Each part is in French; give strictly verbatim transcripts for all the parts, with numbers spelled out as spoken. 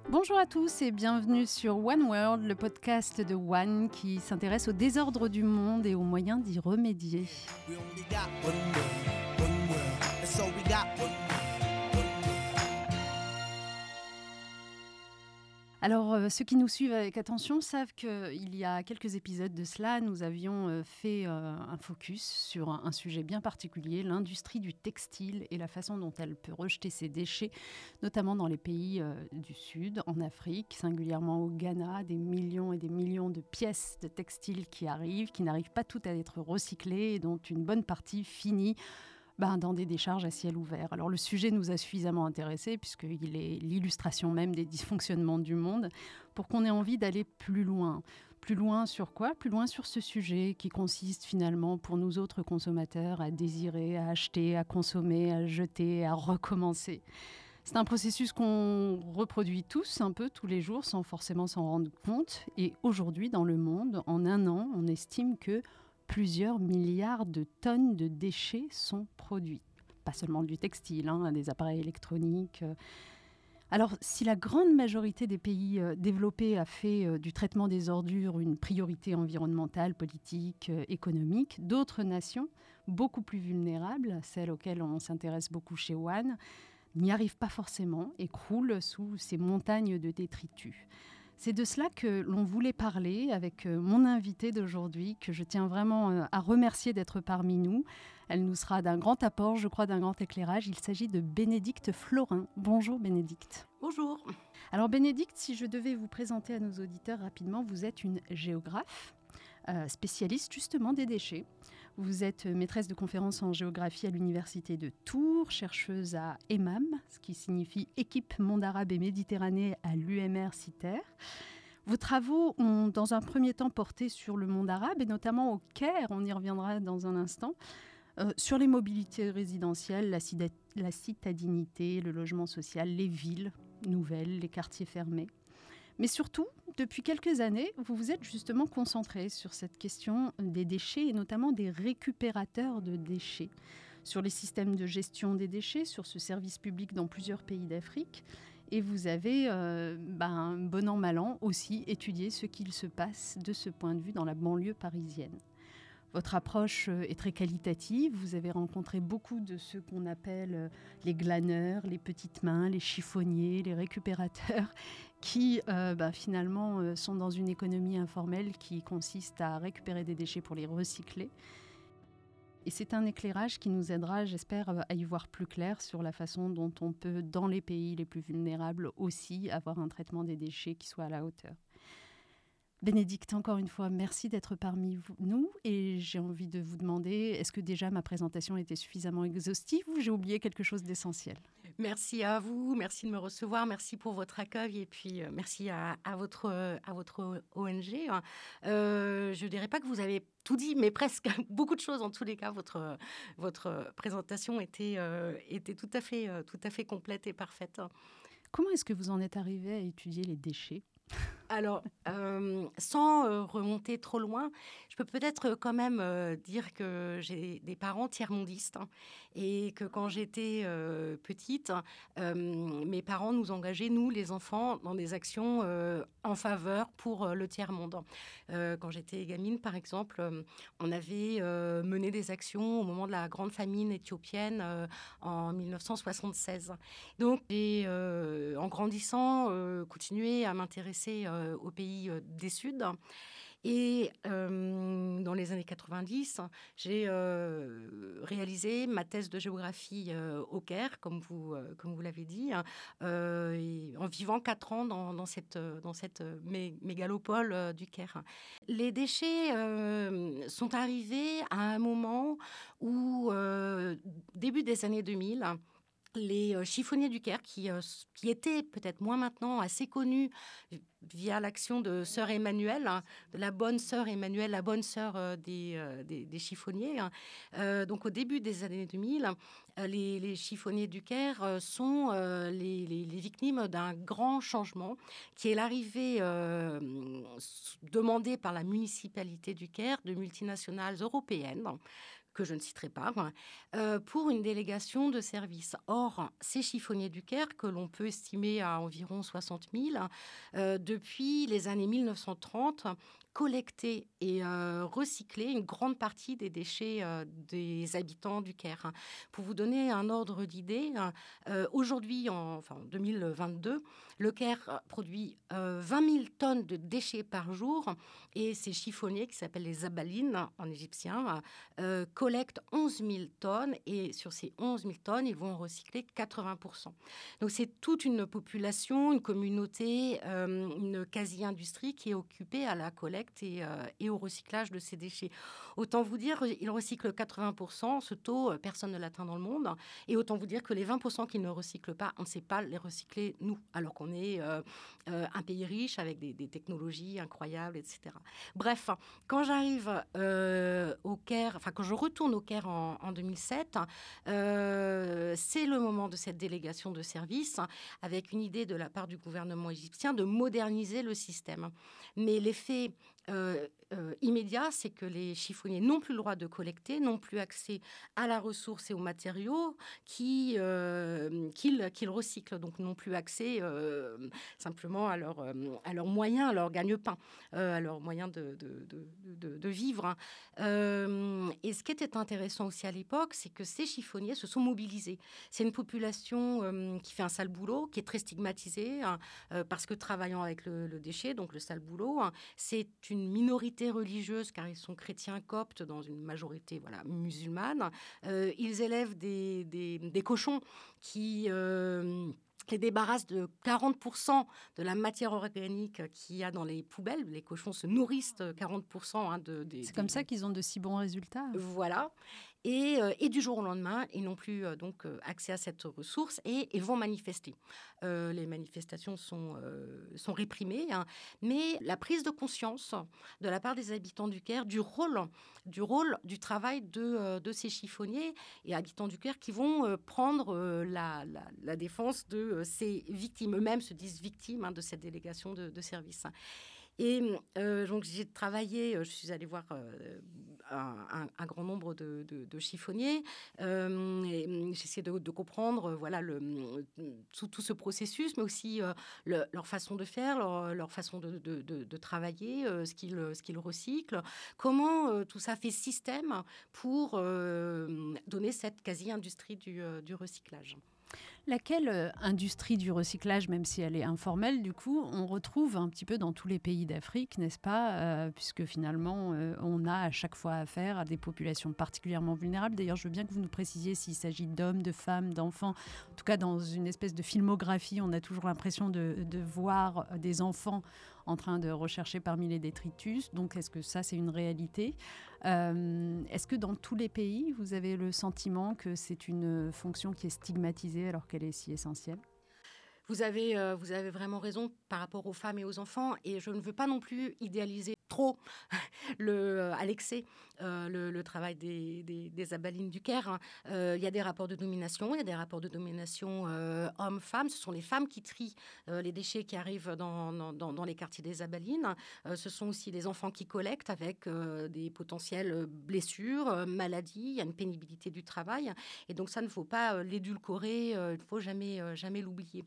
Bonjour à tous et bienvenue sur One World, le podcast de One qui s'intéresse au désordre du monde et aux moyens d'y remédier. We only got one world, one world. That's all we got, one world. Alors, euh, ceux qui nous suivent avec attention savent qu'il y a quelques épisodes de cela, nous avions euh, fait euh, un focus sur un, un sujet bien particulier, l'industrie du textile et la façon dont elle peut rejeter ses déchets, notamment dans les pays euh, du Sud, en Afrique, singulièrement au Ghana, des millions et des millions de pièces de textiles qui arrivent, qui n'arrivent pas toutes à être recyclées et dont une bonne partie finit Ben, dans des décharges à ciel ouvert. Alors le sujet nous a suffisamment intéressés puisqu'il est l'illustration même des dysfonctionnements du monde pour qu'on ait envie d'aller plus loin. Plus loin sur quoi ? Plus loin sur ce sujet qui consiste finalement pour nous autres consommateurs à désirer, à acheter, à consommer, à jeter, à recommencer. C'est un processus qu'on reproduit tous un peu tous les jours sans forcément s'en rendre compte. Et aujourd'hui dans le monde, en un an, on estime que plusieurs milliards de tonnes de déchets sont produits. Pas seulement du textile, hein, des appareils électroniques. Alors, si la grande majorité des pays euh, développés a fait euh, du traitement des ordures une priorité environnementale, politique, euh, économique, d'autres nations, beaucoup plus vulnérables, celles auxquelles on s'intéresse beaucoup chez One, n'y arrivent pas forcément et croulent sous ces montagnes de détritus. C'est de cela que l'on voulait parler avec mon invitée d'aujourd'hui, que je tiens vraiment à remercier d'être parmi nous. Elle nous sera d'un grand apport, je crois, d'un grand éclairage. Il s'agit de Bénédicte Florin. Bonjour Bénédicte. Bonjour. Alors Bénédicte, si je devais vous présenter à nos auditeurs rapidement, vous êtes une géographe. Euh, spécialiste justement des déchets. Vous êtes maîtresse de conférences en géographie à l'université de Tours, chercheuse à E M A M, ce qui signifie Équipe Monde Arabe et Méditerranée à l'U M R Citer. Vos travaux ont dans un premier temps porté sur le monde arabe et notamment au Caire, on y reviendra dans un instant, euh, sur les mobilités résidentielles, la, cida- la citadinité, le logement social, les villes nouvelles, les quartiers fermés. Mais surtout, depuis quelques années, vous vous êtes justement concentré sur cette question des déchets et notamment des récupérateurs de déchets, sur les systèmes de gestion des déchets, sur ce service public dans plusieurs pays d'Afrique. Et vous avez, euh, ben, bon an, mal an, aussi étudié ce qu'il se passe de ce point de vue dans la banlieue parisienne. Votre approche est très qualitative. Vous avez rencontré beaucoup de ceux qu'on appelle les glaneurs, les petites mains, les chiffonniers, les récupérateurs, qui euh, bah, finalement euh, sont dans une économie informelle qui consiste à récupérer des déchets pour les recycler. Et c'est un éclairage qui nous aidera, j'espère, à y voir plus clair sur la façon dont on peut, dans les pays les plus vulnérables aussi, avoir un traitement des déchets qui soit à la hauteur. Bénédicte, encore une fois, merci d'être parmi vous, nous et j'ai envie de vous demander, est-ce que déjà ma présentation était suffisamment exhaustive ou j'ai oublié quelque chose d'essentiel ? Merci à vous, merci de me recevoir, merci pour votre accueil et puis euh, merci à, à, votre, euh, à votre O N G. Euh, je ne dirais pas que vous avez tout dit, mais presque beaucoup de choses en tous les cas. Votre, votre présentation était, euh, était tout, à fait, euh, tout à fait complète et parfaite. Comment est-ce que vous en êtes arrivé à étudier les déchets ? Alors, euh, sans euh, remonter trop loin, je peux peut-être quand même euh, dire que j'ai des parents tiers-mondistes hein, et que quand j'étais euh, petite, euh, mes parents nous engageaient, nous les enfants, dans des actions euh, en faveur pour euh, le tiers-monde. Euh, quand j'étais gamine, par exemple, euh, on avait euh, mené des actions au moment de la grande famine éthiopienne euh, en dix-neuf cent soixante-seize. Donc, j'ai, euh, en grandissant, euh, continué à m'intéresser euh, aux pays euh, des Suds. Et euh, dans les années quatre-vingt-dix, j'ai euh, réalisé ma thèse de géographie euh, au Caire, comme vous, euh, comme vous l'avez dit, euh, et en vivant quatre ans dans, dans cette, dans cette mé- mégalopole euh, du Caire. Les déchets euh, sont arrivés à un moment où, euh, début des années deux mille, les chiffonniers du Caire, qui, euh, qui étaient peut-être moins maintenant assez connus via l'action de sœur Emmanuelle, hein, de la bonne sœur Emmanuelle, la bonne sœur euh, des, euh, des, des chiffonniers. Hein. Euh, donc au début des années deux mille, euh, les, les chiffonniers du Caire euh, sont euh, les, les, les victimes d'un grand changement qui est l'arrivée euh, demandée par la municipalité du Caire de multinationales européennes que je ne citerai pas, euh, pour une délégation de services. Or, ces chiffonniers du Caire, que l'on peut estimer à environ soixante mille, euh, depuis les années mille neuf cent trente, collecter et euh, recycler une grande partie des déchets euh, des habitants du Caire. Pour vous donner un ordre d'idée, euh, aujourd'hui, en, enfin, en deux mille vingt-deux, le Caire produit euh, vingt mille tonnes de déchets par jour et ces chiffonniers, qui s'appellent les zabalines en égyptien, euh, collectent onze mille tonnes et sur ces onze mille tonnes, ils vont en recycler quatre-vingts pour cent. Donc c'est toute une population, une communauté, euh, une quasi-industrie qui est occupée à la collecte et, euh, et au recyclage de ces déchets. Autant vous dire, ils recyclent quatre-vingts pour cent, ce taux, personne ne l'atteint dans le monde. Et autant vous dire que les vingt pour cent qu'ils ne recyclent pas, on ne sait pas les recycler, nous, alors qu'on est euh, euh, un pays riche avec des, des technologies incroyables, et cetera. Bref, quand j'arrive euh, au Caire, enfin quand je retourne au Caire en, en deux mille sept, euh, c'est le moment de cette délégation de services avec une idée de la part du gouvernement égyptien de moderniser le système. Mais l'effet euh, euh, immédiat, c'est que les chiffonniers n'ont plus le droit de collecter, n'ont plus accès à la ressource et aux matériaux qui, euh, qu'ils, qu'ils recyclent, donc n'ont plus accès euh, simplement à leurs à leurs moyens, à leur gagne-pain, euh, à leurs moyens de, de, de, de, de vivre. Hein. Euh, et ce qui était intéressant aussi à l'époque, c'est que ces chiffonniers se sont mobilisés. C'est une population euh, qui fait un sale boulot, qui est très stigmatisée, hein, euh, parce que travaillant avec le, le déchet, donc le sale boulot, hein, c'est une minorité religieuse, car ils sont chrétiens coptes dans une majorité voilà, musulmane. Euh, ils élèvent des, des, des cochons qui... Euh, les débarrassent de quarante pour cent de la matière organique qu'il y a dans les poubelles. Les cochons se nourrissent de quarante pour cent hein, de, de... C'est comme ça qu'ils ont de si bons résultats. Voilà. Et, euh, et du jour au lendemain, ils n'ont plus euh, donc euh, accès à cette ressource et, et vont manifester. Euh, les manifestations sont, euh, sont réprimées, hein, mais la prise de conscience de la part des habitants du Caire du rôle du, rôle, du travail de, euh, de ces chiffonniers et habitants du Caire qui vont euh, prendre euh, la, la, la défense de euh, ces victimes. Eux-mêmes se disent victimes hein, de cette délégation de, de services. Et euh, donc j'ai travaillé, je suis allée voir euh, un, un, un grand nombre de, de, de chiffonniers. Euh, et j'essaie de, de comprendre voilà, le, tout, tout ce processus, mais aussi euh, le, leur façon de faire, leur, leur façon de, de, de, de travailler, euh, ce qu'ils ce qu'ils recyclent, comment euh, tout ça fait système pour euh, donner cette quasi-industrie du, euh, du recyclage. Laquelle euh, industrie du recyclage, même si elle est informelle, du coup, on retrouve un petit peu dans tous les pays d'Afrique, n'est-ce pas euh, puisque finalement, euh, on a à chaque fois affaire à des populations particulièrement vulnérables. D'ailleurs, je veux bien que vous nous précisiez s'il s'agit d'hommes, de femmes, d'enfants. En tout cas, dans une espèce de filmographie, on a toujours l'impression de, de voir des enfants en train de rechercher parmi les détritus. Donc, est-ce que ça, c'est une réalité ? euh, Est-ce que dans tous les pays, vous avez le sentiment que c'est une fonction qui est stigmatisée alors qu'elle est si essentielle ? Vous avez, euh, vous avez vraiment raison par rapport aux femmes et aux enfants. Et je ne veux pas non plus idéaliser trop le, à l'excès euh, le, le travail des, des, des abalines du Caire. Il euh, y a des rapports de domination, il y a des rapports de domination euh, hommes-femmes. Ce sont les femmes qui trient euh, les déchets qui arrivent dans, dans, dans les quartiers des abalines. Euh, ce sont aussi les enfants qui collectent avec euh, des potentielles blessures, euh, maladies. Il y a une pénibilité du travail. Et donc ça, il ne faut pas euh, l'édulcorer, euh, il ne faut jamais, euh, jamais l'oublier.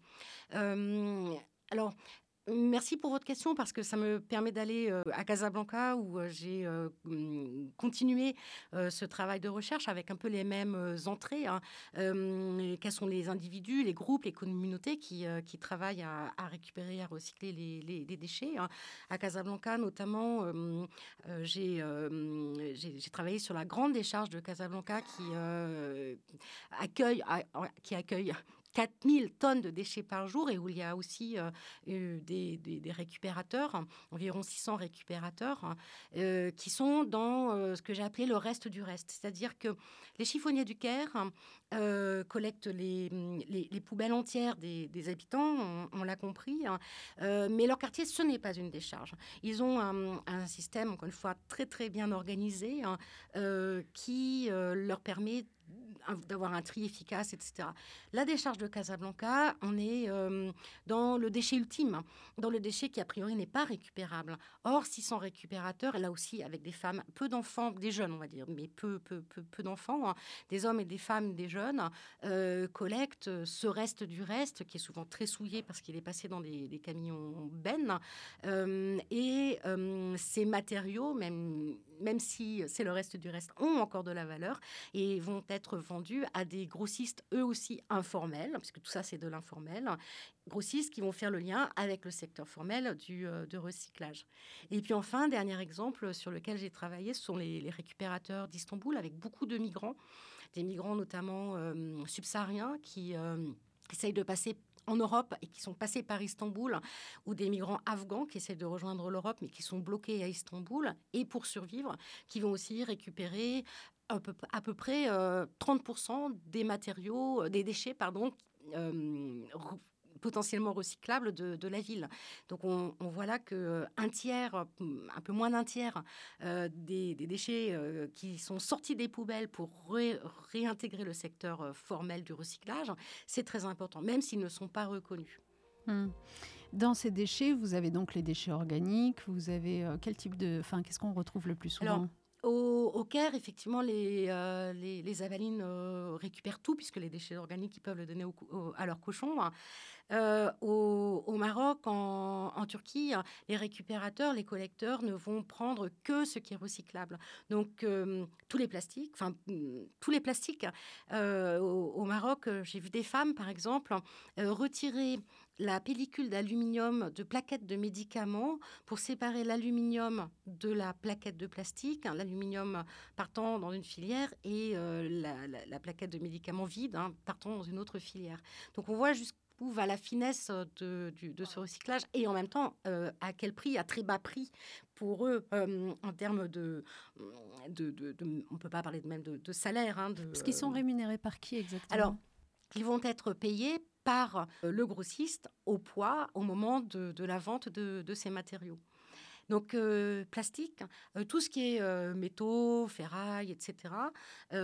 Euh, alors, merci pour votre question parce que ça me permet d'aller euh, à Casablanca où euh, j'ai euh, continué euh, ce travail de recherche avec un peu les mêmes euh, entrées. Hein. Euh, quels sont les individus, les groupes, les communautés qui, euh, qui travaillent à, à récupérer, à recycler les, les, les déchets. Hein. À Casablanca, notamment, euh, euh, j'ai, euh, j'ai, j'ai travaillé sur la grande décharge de Casablanca qui euh, accueille, à, qui accueille quatre mille tonnes de déchets par jour et où il y a aussi euh, des, des, des récupérateurs, environ six cents récupérateurs, euh, qui sont dans euh, ce que j'ai appelé le reste du reste. C'est-à-dire que les chiffonniers du Caire euh, collectent les, les, les poubelles entières des, des habitants, on, on l'a compris, hein, euh, mais leur quartier, ce n'est pas une décharge. Ils ont un, un système, encore une fois, très très bien organisé, hein, euh, qui euh, leur permet d'avoir un tri efficace, et cetera. La décharge de Casablanca, on est euh, dans le déchet ultime, dans le déchet qui a priori n'est pas récupérable. Or, six cents récupérateurs, et là aussi avec des femmes, peu d'enfants, des jeunes on va dire, mais peu, peu, peu, peu d'enfants, hein, des hommes et des femmes, des jeunes, euh, collectent ce reste du reste, qui est souvent très souillé parce qu'il est passé dans des, des camions bennes. Euh, et euh, ces matériaux, même, même si c'est le reste du reste, ont encore de la valeur et vont être vendus à des grossistes, eux aussi informels, parce que tout ça, c'est de l'informel, grossistes qui vont faire le lien avec le secteur formel du, euh, de recyclage. Et puis enfin, dernier exemple sur lequel j'ai travaillé, ce sont les, les récupérateurs d'Istanbul, avec beaucoup de migrants, des migrants notamment euh, subsahariens qui euh, essayent de passer en Europe et qui sont passés par Istanbul, ou des migrants afghans qui essaient de rejoindre l'Europe mais qui sont bloqués à Istanbul, et pour survivre, qui vont aussi récupérer à peu, à peu près euh, trente pour cent des matériaux, des déchets, pardon, euh, re- potentiellement recyclables de, de la ville. Donc on, on voit là qu'un tiers, un peu moins d'un tiers euh, des, des déchets euh, qui sont sortis des poubelles pour ré- réintégrer le secteur euh, formel du recyclage, c'est très important, même s'ils ne sont pas reconnus. Hmm. Dans ces déchets, vous avez donc les déchets organiques, vous avez euh, quel type de... Enfin, qu'est-ce qu'on retrouve le plus souvent? Alors, au, au Caire, effectivement, les, euh, les, les Avalines euh, récupèrent tout, puisque les déchets organiques, ils peuvent le donner au, au, à leurs cochons. Euh, au, au Maroc, en, en Turquie, les récupérateurs, les collecteurs ne vont prendre que ce qui est recyclable. Donc, euh, tous les plastiques, enfin, tous les plastiques. Euh, au, au Maroc, j'ai vu des femmes, par exemple, euh, retirer la pellicule d'aluminium de plaquettes de médicaments pour séparer l'aluminium de la plaquette de plastique, hein, l'aluminium partant dans une filière et euh, la, la, la plaquette de médicaments vide, hein, partant dans une autre filière. Donc on voit jusqu'où va la finesse de, du, de ce recyclage et en même temps euh, à quel prix, à très bas prix pour eux euh, en termes de, de, de, de... On ne peut pas parler de, même de, de salaire. Hein, de, Parce qu'ils sont rémunérés par qui exactement? Alors, ils vont être payés par le grossiste au poids au moment de, de la vente de, de ces matériaux. Donc, euh, plastique, euh, tout ce qui est euh, métaux, ferraille, et cetera,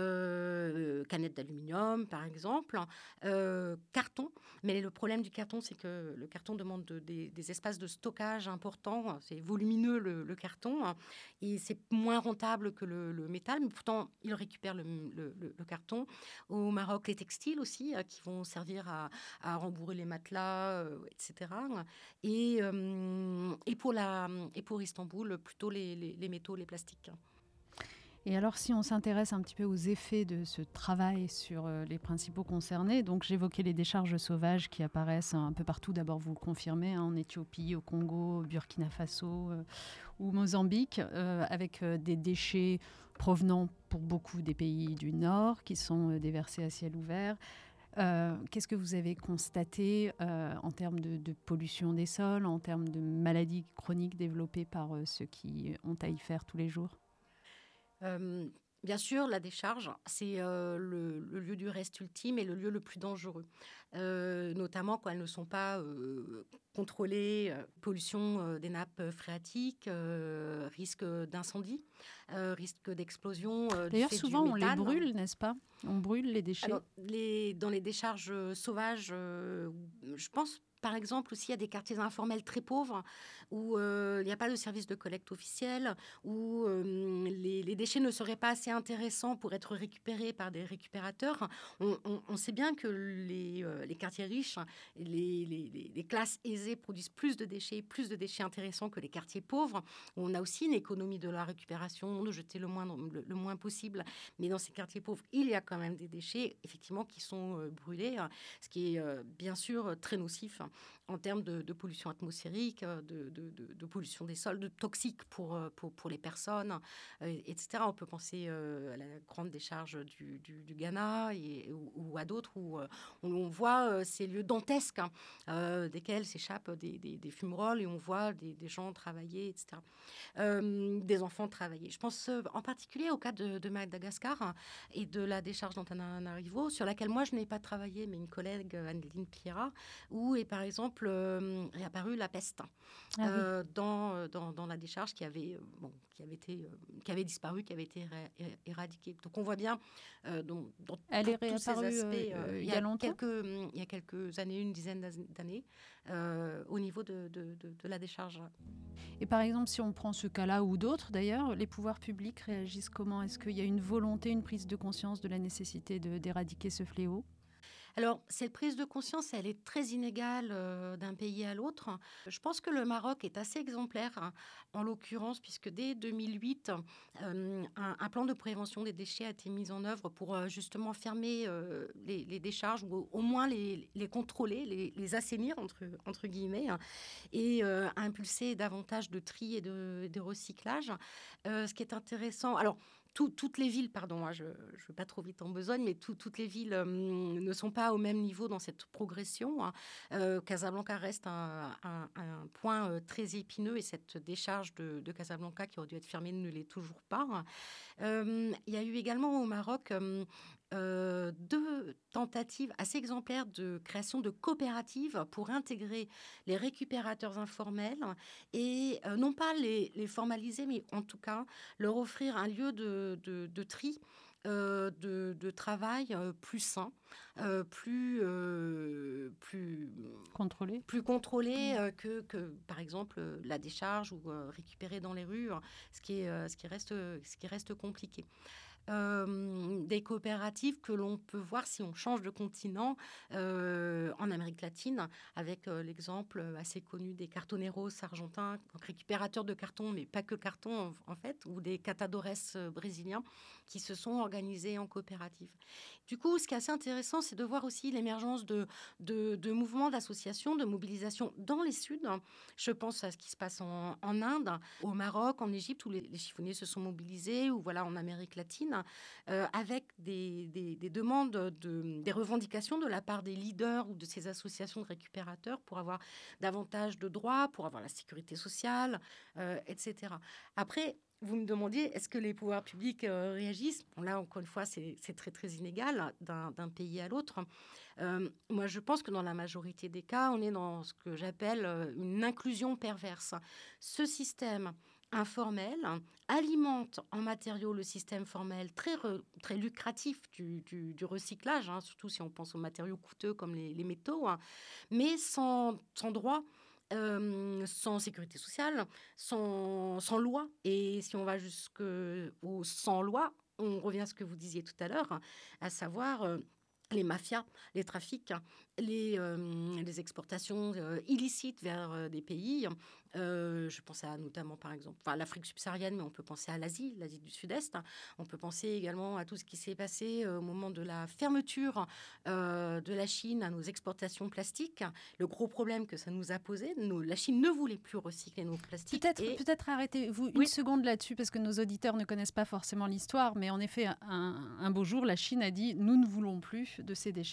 euh, canettes d'aluminium, par exemple, euh, carton. Mais le problème du carton, c'est que le carton demande de, des, des espaces de stockage importants. C'est volumineux, le, le carton, hein, et c'est moins rentable que le, le métal. Mais pourtant, ils récupèrent le, le, le, le carton. Au Maroc, les textiles aussi, euh, qui vont servir à, à rembourrer les matelas, euh, et cetera. Et, euh, et pour la... Et pour Istanbul, plutôt les, les, les métaux, les plastiques. Et alors, si on s'intéresse un petit peu aux effets de ce travail sur euh, les principaux concernés, donc j'évoquais les décharges sauvages qui apparaissent un peu partout. D'abord, vous le confirmez, hein, en Éthiopie, au Congo, au Burkina Faso euh, ou Mozambique, euh, avec euh, des déchets provenant pour beaucoup des pays du Nord qui sont euh, déversés à ciel ouvert. Euh, qu'est-ce que vous avez constaté euh, en termes de, de pollution des sols, en termes de maladies chroniques développées par euh, ceux qui ont à y faire tous les jours? Euh, Bien sûr, la décharge, c'est euh, le, le lieu du reste ultime et le lieu le plus dangereux, euh, notamment quand elles ne sont pas euh, contrôlées. Euh, pollution euh, des nappes phréatiques, euh, risque d'incendie, euh, risque d'explosion euh, du D'ailleurs, fait du souvent, on les méthane. brûle, n'est-ce pas? On brûle les déchets. Alors, les, dans les décharges sauvages, euh, je pense par exemple aussi à des quartiers informels très pauvres où euh, il n'y a pas de service de collecte officiel, où euh, les, les déchets ne seraient pas assez intéressants pour être récupérés par des récupérateurs. On, on- on sait bien que les, euh, les quartiers riches, les, les- les- les classes aisées produisent plus de déchets, plus de déchets intéressants que les quartiers pauvres, où on a aussi une économie de la récupération, de jeter le moins, le, le moins possible. Mais dans ces quartiers pauvres, il y a quand même des déchets, effectivement, qui sont euh, brûlés, hein, ce qui est euh, bien sûr euh, très nocif hein, en termes de, de pollution atmosphérique, euh, de, de- de- de pollution des sols, de toxiques pour, euh, pour, pour les personnes, euh, et cetera. On peut penser euh, à la grande décharge du, du- du Ghana et, ou, ou à d'autres où, euh, où on voit euh, ces lieux dantesques hein, euh, desquels s'échappent des, des, des fumerolles et on voit des, des gens travailler, et cetera. Euh, des enfants travailler. Je pense euh, en particulier au cas de, de Madagascar hein, et de la décharge d'Antananarivo, sur laquelle moi je n'ai pas travaillé, mais une collègue, Anneline Piera, où est par par exemple, euh, est apparue la peste Ah oui. euh, dans, dans, dans la décharge qui avait, euh, bon, qui avait, été, euh, qui avait disparu, qui avait été éré- é- éradiquée. Donc on voit bien euh, dans, dans Elle tout- est tous ces réapparue aspects, euh, euh, euh, il, il y y a a longtemps? quelques, hum, il y a quelques années, une dizaine d'as- d'années, euh, au niveau de, de, de, de la décharge. Et par exemple, si on prend ce cas-là ou d'autres d'ailleurs, les pouvoirs publics réagissent comment? Est-ce qu'il y a une volonté, une prise de conscience de la nécessité de, d'éradiquer ce fléau? Alors, cette prise de conscience, elle est très inégale euh, d'un pays à l'autre. Je pense que le Maroc est assez exemplaire, hein, en l'occurrence, puisque dès deux mille huit, euh, un, un plan de prévention des déchets a été mis en œuvre pour euh, justement fermer euh, les, les décharges, ou au, au moins les, les contrôler, les, les assainir, entre, entre guillemets, hein, et euh, impulser davantage de tri et de, de recyclage. Euh, ce qui est intéressant, alors, tout- toutes les villes, pardon, hein, je ne vais pas trop vite en besogne, mais tout- toutes les villes euh, ne sont pas au même niveau dans cette progression, hein. Euh, Casablanca reste un, un- un point euh, très épineux et cette décharge de, de Casablanca qui aurait dû être fermée ne l'est toujours pas, hein. Euh, Il y a eu également au Maroc euh, euh, deux tentatives assez exemplaires de création de coopératives pour intégrer les récupérateurs informels et euh, non pas les, les formaliser, mais en tout cas leur offrir un lieu de, de- de tri. euh, de, de travail euh, plus sain, euh, plus, euh, plus, Contrôlé? plus contrôlé Mm. euh, que, que, par exemple, euh, la décharge ou euh, récupérer dans les rues, hein, ce qui, est, euh, ce qui, reste, ce qui reste compliqué. Euh, des coopératives que l'on peut voir si on change de continent euh, en Amérique latine, avec euh, l'exemple assez connu des cartoneros argentins, donc récupérateurs de carton, mais pas que carton en, en fait, ou des catadores euh, brésiliens qui se sont organisés en coopérative. Du coup, ce qui est assez intéressant, c'est de voir aussi l'émergence de, de, de mouvements, d'associations, de mobilisation dans les Suds. Je pense à ce qui se passe en, en Inde, au Maroc, en Égypte, où les, les chiffonniers se sont mobilisés, ou voilà, en Amérique latine, euh, avec des, des, des demandes, de, des revendications de la part des leaders ou de ces associations de récupérateurs pour avoir davantage de droits, pour avoir la sécurité sociale, euh, et cetera. Après, vous me demandiez, est-ce que les pouvoirs publics euh, réagissent? Bon, là, encore une fois, c'est c'est très, très inégal d'un d'un pays à l'autre. Euh, moi, je pense que dans la majorité des cas, on est dans ce que j'appelle euh, une inclusion perverse. Ce système informel alimente en matériaux le système formel très, re- très lucratif du, du- du recyclage, hein, surtout si on pense aux matériaux coûteux comme les, les métaux, hein, mais sans, sans droit. Euh, sans sécurité sociale, sans, sans loi. Et si on va jusqu'au sans loi, on revient à ce que vous disiez tout à l'heure, à savoir euh, les mafias, les trafics, les, euh, les exportations euh, illicites vers euh, des pays. Euh, je pense à notamment, par exemple, enfin, l'Afrique subsaharienne, mais on peut penser à l'Asie, l'Asie du Sud-Est. On peut penser également à tout ce qui s'est passé euh, au moment de la fermeture euh, de la Chine à nos exportations plastiques. Le gros problème que ça nous a posé, nos- la Chine ne voulait plus recycler nos plastiques. Peut-être, Et peut-être arrêtez-vous une oui, seconde là-dessus, parce que nos auditeurs ne connaissent pas forcément l'histoire, mais en effet, un, un beau jour, la Chine a dit « nous ne voulons plus de ces déchets-là ».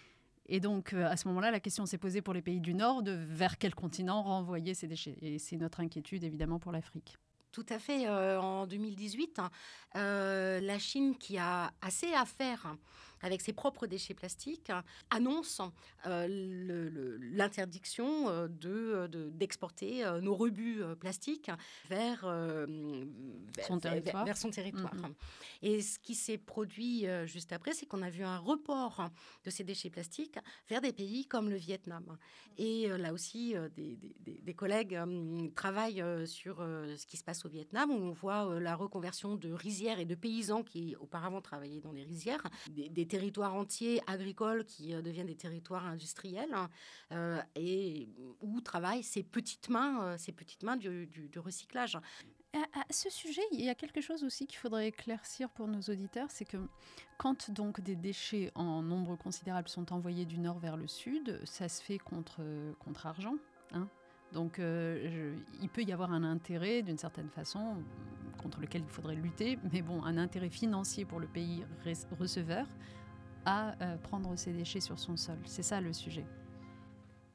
Et donc, euh, à ce moment-là, la question s'est posée pour les pays du Nord de vers quel continent renvoyer ces déchets. Et c'est notre inquiétude, évidemment, pour l'Afrique. tout à fait. Euh, en deux mille dix-huit, hein, euh, la Chine, qui a assez à faire avec ses propres déchets plastiques, hein, annonce euh, le- le- l'interdiction euh, de, de- d'exporter euh, nos rebuts euh, plastiques vers, euh, vers, Son vers- territoire. vers son territoire. Mhm. Et ce qui s'est produit euh, juste après, c'est qu'on a vu un report de ces déchets plastiques vers des pays comme le Vietnam. Et euh, là aussi, euh, des, des- des- des collègues euh, travaillent euh, sur euh, ce qui se passe au Vietnam, où on voit euh, la reconversion de rizières et de paysans qui auparavant travaillaient dans les rizières, des, des territoires entiers agricoles qui euh, deviennent des territoires industriels, hein, euh, et où travaillent ces petites mains, euh, ces petites mains du, du- du recyclage. À, à ce sujet, il y a quelque chose aussi qu'il faudrait éclaircir pour nos auditeurs, c'est que quand donc des déchets en nombre considérable sont envoyés du nord vers le sud, ça se fait contre, contre argent, hein. Donc euh, je- il peut y avoir un intérêt d'une certaine façon contre lequel il faudrait lutter, mais bon, un intérêt financier pour le pays re- receveur à euh, prendre ces déchets sur son sol. C'est ça le sujet.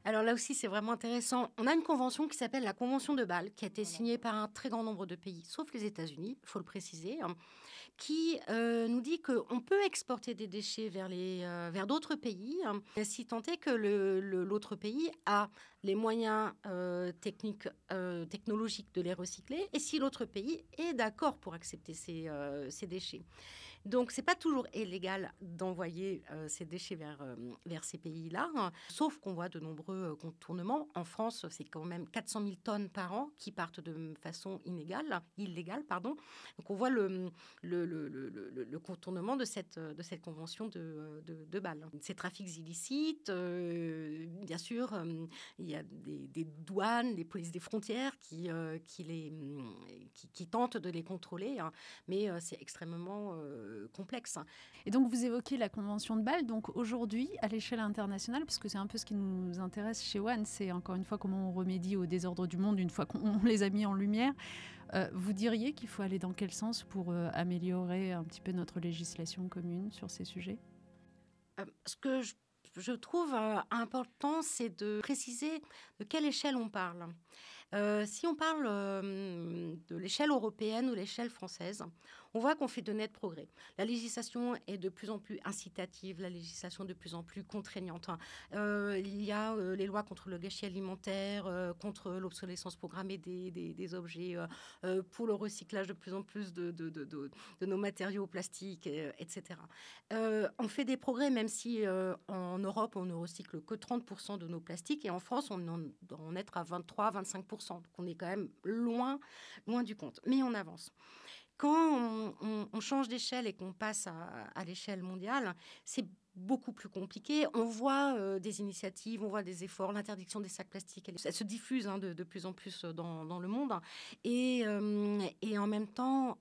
Alors là aussi, c'est vraiment intéressant. On a une convention qui s'appelle la Convention de Bâle, qui a été signée par un très grand nombre de pays, sauf les États-Unis, il faut le préciser, hein, qui euh, nous dit qu'on peut exporter des déchets vers, les, euh, vers d'autres pays, hein, si tant est que le, le- l'autre pays a les moyens euh, techniques, euh, technologiques de les recycler, et si l'autre pays est d'accord pour accepter ces, euh, ces déchets. Donc, c'est pas toujours illégal d'envoyer euh, ces déchets vers, euh, vers ces pays-là, hein, sauf qu'on voit de nombreux euh, contournements. En France, c'est quand même quatre cent mille tonnes par an qui partent de façon inégale, illégale. Pardon. Donc, on voit le, le, le, le, le- le contournement de cette, de cette convention de, de, de Bâle. Ces trafics illicites, euh, bien sûr, euh, il y a des, des douanes, des polices des frontières qui, euh, qui, les, qui, qui tentent de les contrôler, hein, mais euh, c'est extrêmement euh, complexe. Et donc, vous évoquez la Convention de Bâle. Donc, aujourd'hui, à l'échelle internationale, parce que c'est un peu ce qui nous intéresse chez One, c'est encore une fois comment on remédie au désordre du monde une fois qu'on les a mis en lumière. Euh, vous diriez qu'il faut aller dans quel sens pour euh, améliorer un petit peu notre législation commune sur ces sujets ? Euh, ce que je, je trouve euh, important, c'est de préciser de quelle échelle on parle. Euh, si on parle euh, de l'échelle européenne ou l'échelle française, on voit qu'on fait de nets progrès. La législation est de plus en plus incitative, la législation de plus en plus contraignante. Euh, il y a euh, les lois contre le gâchis alimentaire, euh, contre l'obsolescence programmée des, des, des objets, euh, euh, pour le recyclage de plus en plus de, de, de, de, de nos matériaux plastiques, euh, et cetera. Euh, on fait des progrès, même si euh, en Europe, on ne recycle que trente pour cent de nos plastiques, et en France, on en, doit en être à vingt-trois à vingt-cinq pour cent. Donc, on est quand même loin, loin du compte. Mais on avance. Quand on, on- on change d'échelle et qu'on passe à, à l'échelle mondiale, c'est beaucoup plus compliqué. On voit euh, des initiatives, on voit des efforts, l'interdiction des sacs plastiques, elle, elle se diffuse, hein, de, de plus en plus dans, dans le monde. Et, euh, et en même temps,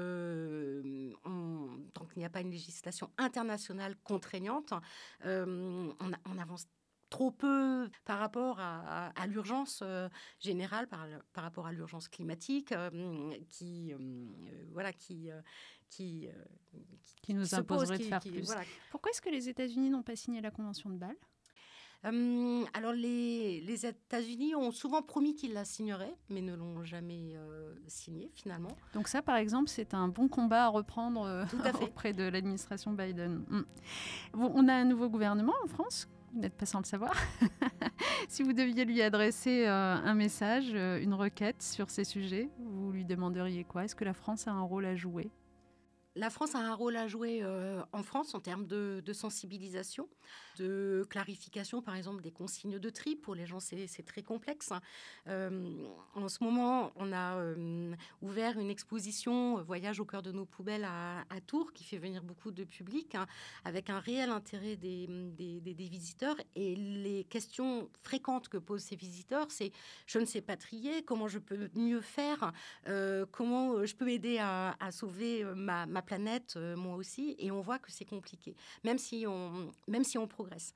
euh, on- tant qu'il n'y a pas une législation internationale contraignante, euh, on, a- on avance trop peu par rapport à, à- à l'urgence euh, générale, par, par rapport à l'urgence climatique, euh, qui, euh, euh, voilà, qui, euh, qui, euh, Qui nous qui se pose, imposerait de qui, faire qui- plus. voilà. Pourquoi est-ce que les États-Unis n'ont pas signé la Convention de Bâle ? Euh, alors, les, les États-Unis ont souvent promis qu'ils la signeraient, mais ne l'ont jamais euh, signée, finalement. Donc ça, par exemple, c'est un bon combat à reprendre euh, Tout à fait. auprès de l'administration Biden. Mm. Bon, on a un nouveau gouvernement en France, vous n'êtes pas sans le savoir. Si vous deviez lui adresser euh, un message, euh, une requête sur ces sujets, vous lui demanderiez quoi ? Est-ce que la France a un rôle à jouer ? La France a un rôle à jouer euh, en France en termes de, de sensibilisation, de clarification, par exemple, des consignes de tri. Pour les gens, c'est, c'est très complexe. Euh, en ce moment, on a euh, ouvert une exposition euh, Voyage au cœur de nos poubelles à, à Tours, qui fait venir beaucoup de public, hein, avec un réel intérêt des, des, des, des visiteurs. Et les questions fréquentes que posent ces visiteurs, c'est « je ne sais pas trier, comment je peux mieux faire, euh, comment je peux aider à, à sauver ma, ma planète, euh, moi aussi », et on voit que c'est compliqué, même si on, même si on progresse.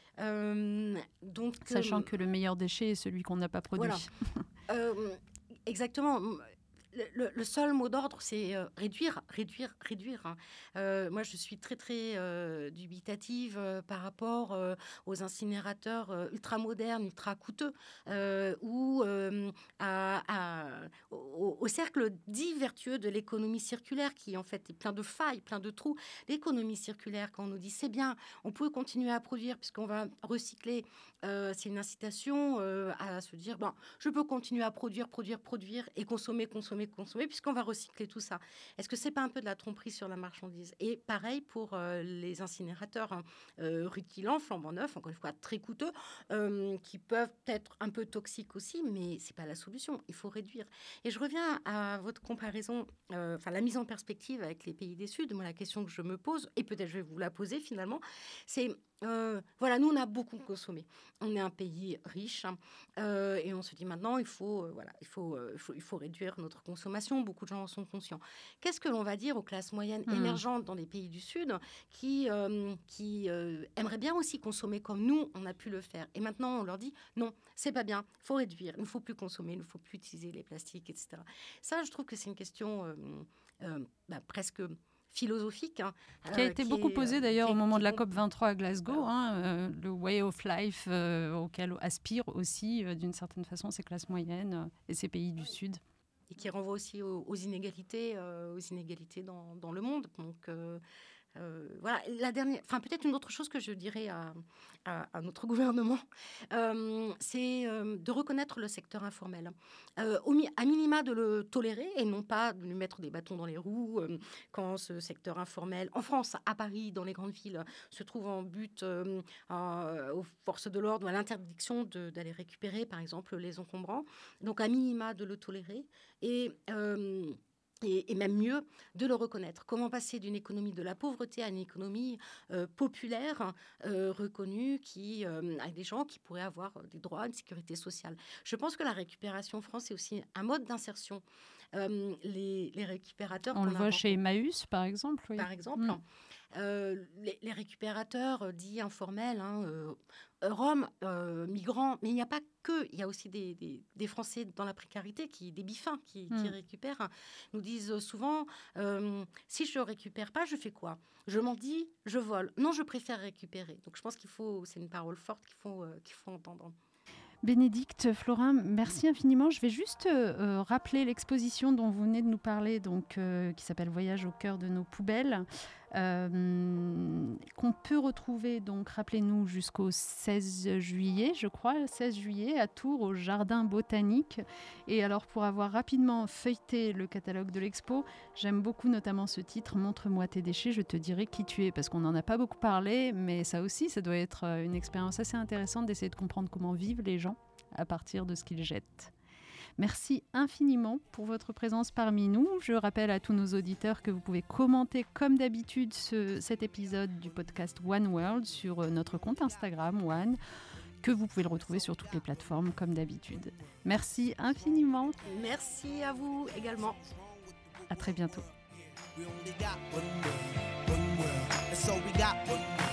Euh, donc, Sachant euh, que le meilleur déchet est celui qu'on n'a pas produit. voilà. Euh, exactement. Le, le seul mot d'ordre, c'est euh, réduire, réduire, réduire. hein. Euh, moi, je suis très, très euh, dubitative euh, par rapport euh, aux incinérateurs euh, ultra modernes, ultra coûteux, euh, ou euh, à, à- au, au cercle dit vertueux de l'économie circulaire, qui en fait est plein de failles, plein de trous. L'économie circulaire, quand on nous dit c'est bien, on peut continuer à produire puisqu'on va recycler, euh, c'est une incitation euh, à se dire, bon, je peux continuer à produire, produire, produire et consommer, consommer, consommer, puisqu'on va recycler tout ça. Est-ce que c'est pas un peu de la tromperie sur la marchandise ? Et pareil pour euh, les incinérateurs, hein, euh, rutilants, flambant neufs, encore une fois très coûteux, euh, qui peuvent être un peu toxiques aussi, mais c'est pas la solution. Il faut réduire. Et je reviens à votre comparaison, euh, enfin la mise en perspective avec les pays du Sud. Moi, la question que je me pose, et peut-être je vais vous la poser finalement, c'est euh, voilà, nous on a beaucoup consommé. On est un pays riche, hein, euh, et on se dit maintenant il faut, euh, voilà, il faut, euh, il faut, il faut réduire notre consommation. Beaucoup de gens en sont conscients. Qu'est-ce que l'on va dire aux classes moyennes Mmh. émergentes dans les pays du Sud qui, euh, qui euh, aimeraient bien aussi consommer comme nous on a pu le faire. Et maintenant on leur dit non, c'est pas bien, il faut réduire, il ne faut plus consommer, il ne faut plus utiliser les plastiques, et cetera. Ça, je trouve que c'est une question euh, euh, bah, presque philosophique. Hein, qui a été euh, qui beaucoup est, posé d'ailleurs qui au est, moment qui de la est, COP vingt-trois à Glasgow, hein, euh, le way of life euh, auquel aspirent aussi euh, d'une certaine façon ces classes moyennes euh, et ces pays du Sud. Et qui renvoie aussi aux, aux inégalités, euh, aux inégalités dans, dans le monde. Donc, euh, Euh, voilà, la dernière, enfin peut-être une autre chose que je dirais à, à, à notre gouvernement, euh, c'est euh, de reconnaître le secteur informel, euh, au, à minima de le tolérer et non pas de lui mettre des bâtons dans les roues euh, quand ce secteur informel, en France, à Paris, dans les grandes villes, se trouve en but euh, euh, aux forces de l'ordre ou à l'interdiction de, d'aller récupérer, par exemple, les encombrants. Donc à minima de le tolérer et euh, Et, et même mieux, de le reconnaître. Comment passer d'une économie de la pauvreté à une économie euh, populaire, euh, reconnue, qui, euh, avec des gens qui pourraient avoir des droits, une sécurité sociale. Je pense que la récupération en France est aussi un mode d'insertion. Euh, les, les récupérateurs On qu'on le a voit chez rencontrés, Emmaüs, par exemple. Oui. par exemple, Mm. euh, les, les récupérateurs euh, dits informels, hein, euh, Roms, euh, migrants, mais il n'y a pas que, il y a aussi des, des, des Français dans la précarité, qui, des bifins qui, Mm. qui récupèrent, hein, nous disent souvent, euh, si je ne récupère pas, je fais quoi? Je m'en dis, je vole. Non, je préfère récupérer. Donc je pense qu'il faut, c'est une parole forte qu'il faut, euh, qu'il faut entendre. Bénédicte, Florin, merci infiniment. Je vais juste euh, rappeler l'exposition dont vous venez de nous parler, donc, euh, qui s'appelle Voyage au cœur de nos poubelles, euh, qu'on peut retrouver, donc, rappelez-nous, jusqu'au seize juillet, je crois, seize juillet, à Tours, au Jardin botanique. Et alors, pour avoir rapidement feuilleté le catalogue de l'expo, j'aime beaucoup notamment ce titre, « Montre-moi tes déchets, je te dirai qui tu es », parce qu'on n'en a pas beaucoup parlé, mais ça aussi, ça doit être une expérience assez intéressante d'essayer de comprendre comment vivent les gens à partir de ce qu'ils jettent. Merci infiniment pour votre présence parmi nous. Je rappelle à tous nos auditeurs que vous pouvez commenter comme d'habitude ce, cet épisode du podcast One World sur notre compte Instagram One, que vous pouvez le retrouver sur toutes les plateformes comme d'habitude. Merci infiniment. Merci à vous également. À très bientôt. We only got one world, one world, and so we got one world.